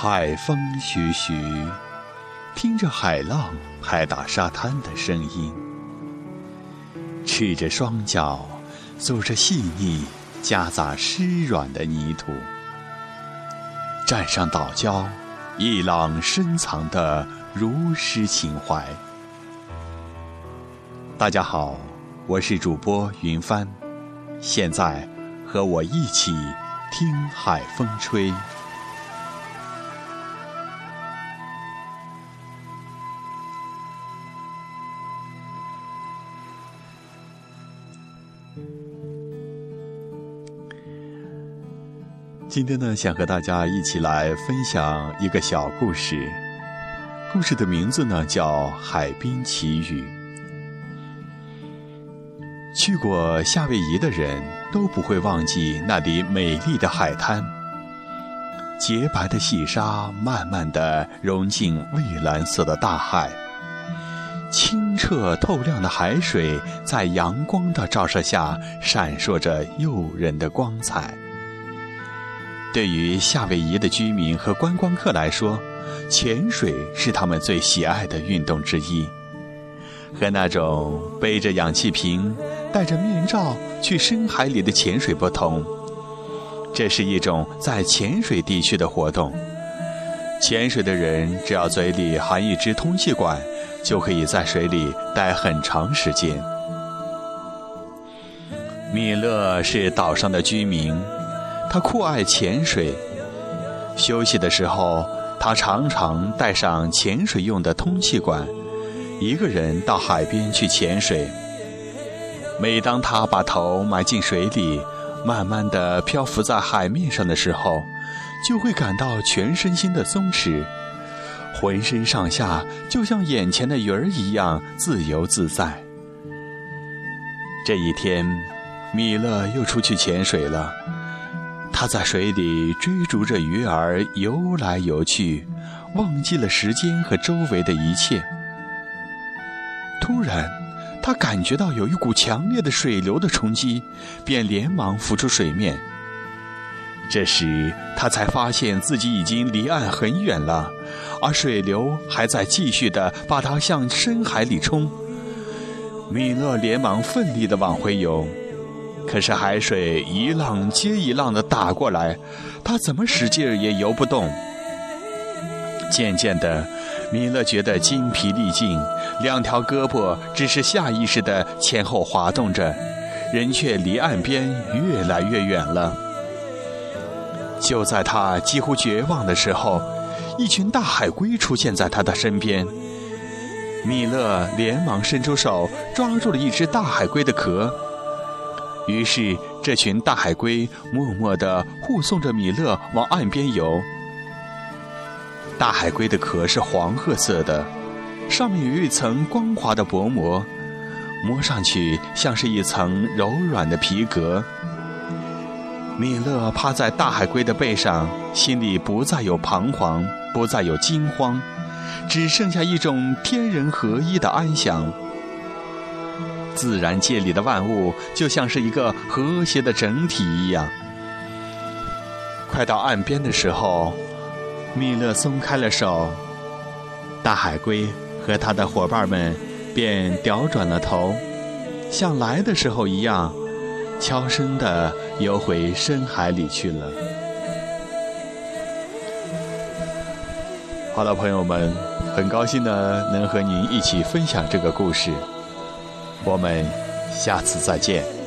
海风徐徐，听着海浪拍打沙滩的声音，赤着双脚走着细腻夹杂湿软的泥土，站上岛礁，一朗深藏的如诗情怀。大家好，我是主播云帆，现在和我一起听海风吹。今天呢，想和大家一起来分享一个小故事。故事的名字呢叫《海滨奇遇》。去过夏威夷的人都不会忘记那里美丽的海滩，洁白的细沙慢慢地融进蔚蓝色的大海，清澈透亮的海水在阳光的照射下闪烁着诱人的光彩。对于夏威夷的居民和观光客来说，潜水是他们最喜爱的运动之一。和那种背着氧气瓶、戴着面罩去深海里的潜水不同，这是一种在潜水地区的活动。潜水的人只要嘴里含一支通气管，就可以在水里待很长时间。米勒是岛上的居民，他酷爱潜水，休息的时候，他常常带上潜水用的通气管，一个人到海边去潜水。每当他把头埋进水里，慢慢地漂浮在海面上的时候，就会感到全身心的松弛，浑身上下就像眼前的鱼儿一样自由自在。这一天，米勒又出去潜水了。他在水里追逐着鱼儿游来游去，忘记了时间和周围的一切。突然，他感觉到有一股强烈的水流的冲击，便连忙浮出水面。这时，他才发现自己已经离岸很远了，而水流还在继续地把他向深海里冲。米勒连忙奋力地往回游，可是海水一浪接一浪地打过来，他怎么使劲也游不动。渐渐的，米勒觉得筋疲力尽，两条胳膊只是下意识地前后滑动着，人却离岸边越来越远了。就在他几乎绝望的时候，一群大海龟出现在他的身边。米勒连忙伸出手抓住了一只大海龟的壳，于是这群大海龟默默地护送着米勒往岸边游。大海龟的壳是黄褐色的，上面有一层光滑的薄膜，摸上去像是一层柔软的皮革。米勒趴在大海龟的背上，心里不再有彷徨，不再有惊慌，只剩下一种天人合一的安详。自然界里的万物就像是一个和谐的整体一样。快到岸边的时候，米勒松开了手，大海龟和他的伙伴们便调转了头，像来的时候一样，悄声地游回深海里去了。好了，朋友们，很高兴呢能和您一起分享这个故事，我们下次再见。